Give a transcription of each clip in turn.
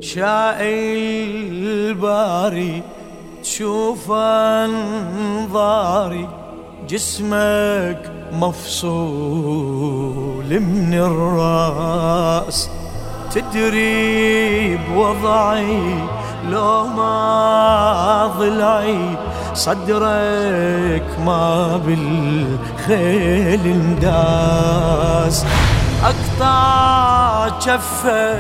شاء الباري تشوف انظاري جسمك مفصول من الراس، تدري بوضعي لو ما ضلعي صدرك ما بالخيل انداس. اقطع جفه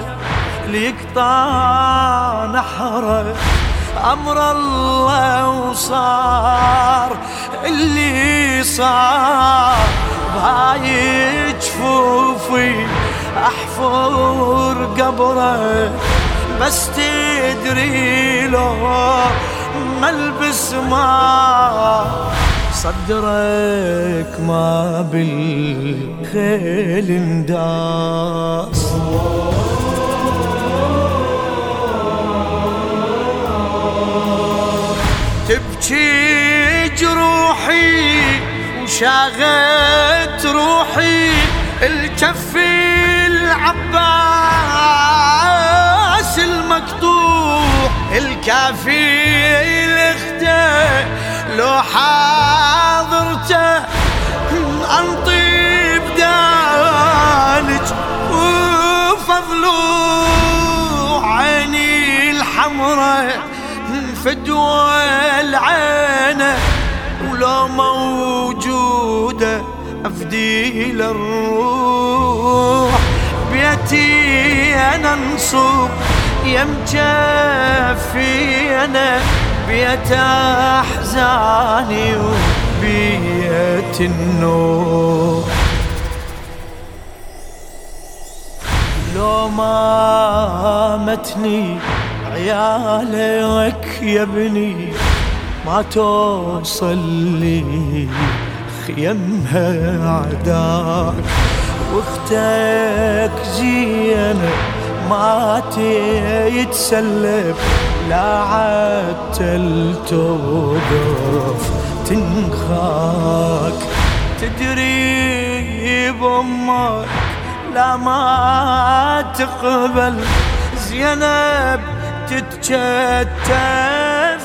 ليقطع نحره، امر الله وصار اللي صار. بهاي جفوفي احفر قبره، بس تدري لو ملبس ما صدرك ما بالخيل انداس. تبكي جروحي وشاغت روحي، الجف العباس المقطوع، الكافي الاخته لو حاضرته انطي بدالج وفضلوع. عيني الحمراء فدوى العينة، ولو موجودة أفدي للروح. بيتي أنا نصب يمجفي، أنا بيت أحزاني وبيت النور. لو ما متني عيالك يا ابني ما توصل لي خيمها عداك، واختك زينة ما تتسلب لا عتل توقف تنخاك. تدري بأمك لا ما تقبل زينب تتشتف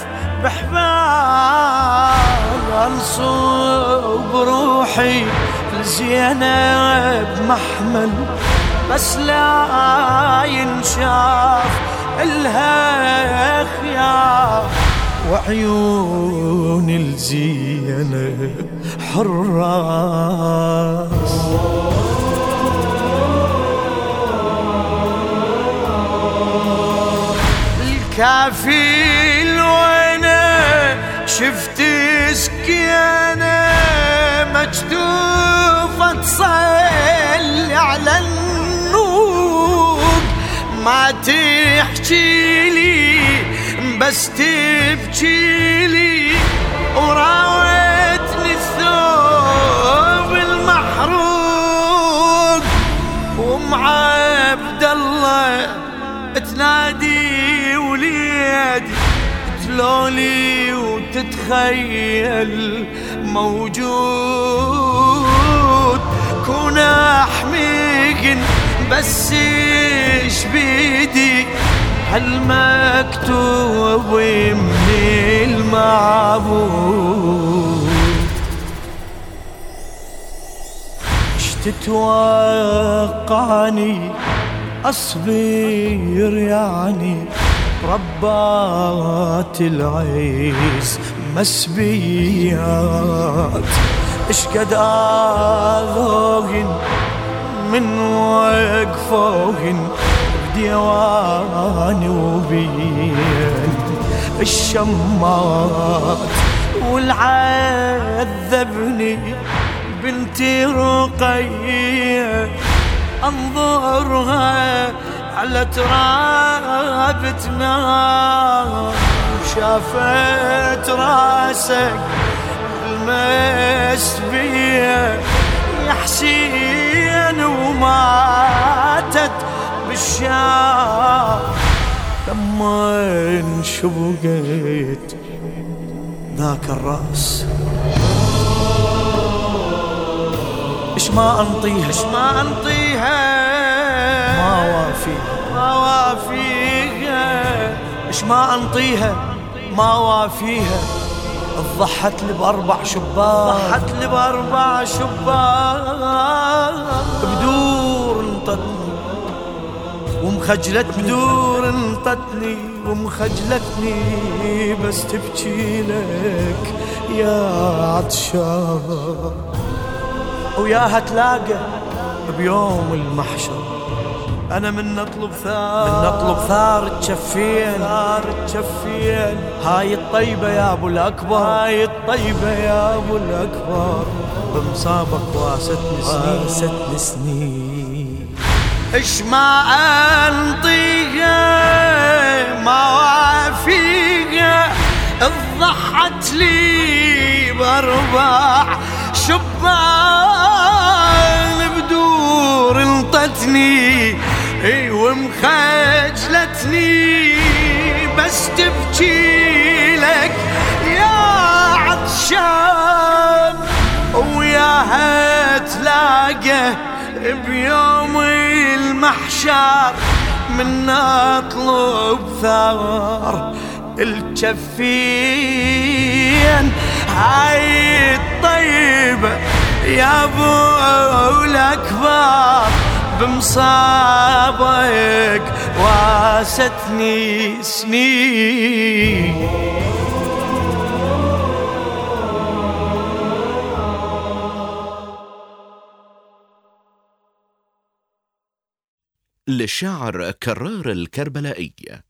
بحبال. انصب روحي لزينب محمل، بس لا ينشاف الها خيار. وعيون الزينب حراس. الكافي الوينه شفت سكينه مجدوفه تصلي على النور، ما تحكي لي بس تبكي لي. وراوتني الثوب المحروق، وام عبد الله تنادي وليدي تلولي وتتخيل موجود. كون احميق بس ايش بيدي هالمكتوب من المعبود. اش تتوقعني أصبر يعني ربات العيس مسبيات. اشقد آذوهن من وقفوهن بديواني وبين الشمات. والعذبني بنتي رقية انظرها على ترابتنا، وشافت راسك المسبية يا حسين، وماتت بالشام لما انشبقت ذاك الراس. اش ما انطيها اش ما انطيها ما وافيها ما وافيها ايش ما انطيها ما وافيها، ضحت لي باربع شباك، ضحت لي باربع شباك، بدور انطتني ومخجلتني، بدور انطتني ومخجلتني، بس تبكي لك يا عطشان، وياها تلاقى بيوم المحشر. أنا من نطلب ثار تشفين، ثار تشفين، هاي الطيبة يا أبو الأكبر، هاي الطيبة يا أبو الأكبر، بمصابك واستني سنين، واستني سنين. إيش ما أنطيها ما وافيها، ضحت لي باربع شبان، بدور انطتني ومخجلتني، بس تبكي لك يا عطشان، وياها تلاقى بيوم المحشر، من اطلب ثار الجفين، هاي الطيبة يا ابو الاكبر، بمصابك واستني سنين. للشاعر كرار الكربلائي.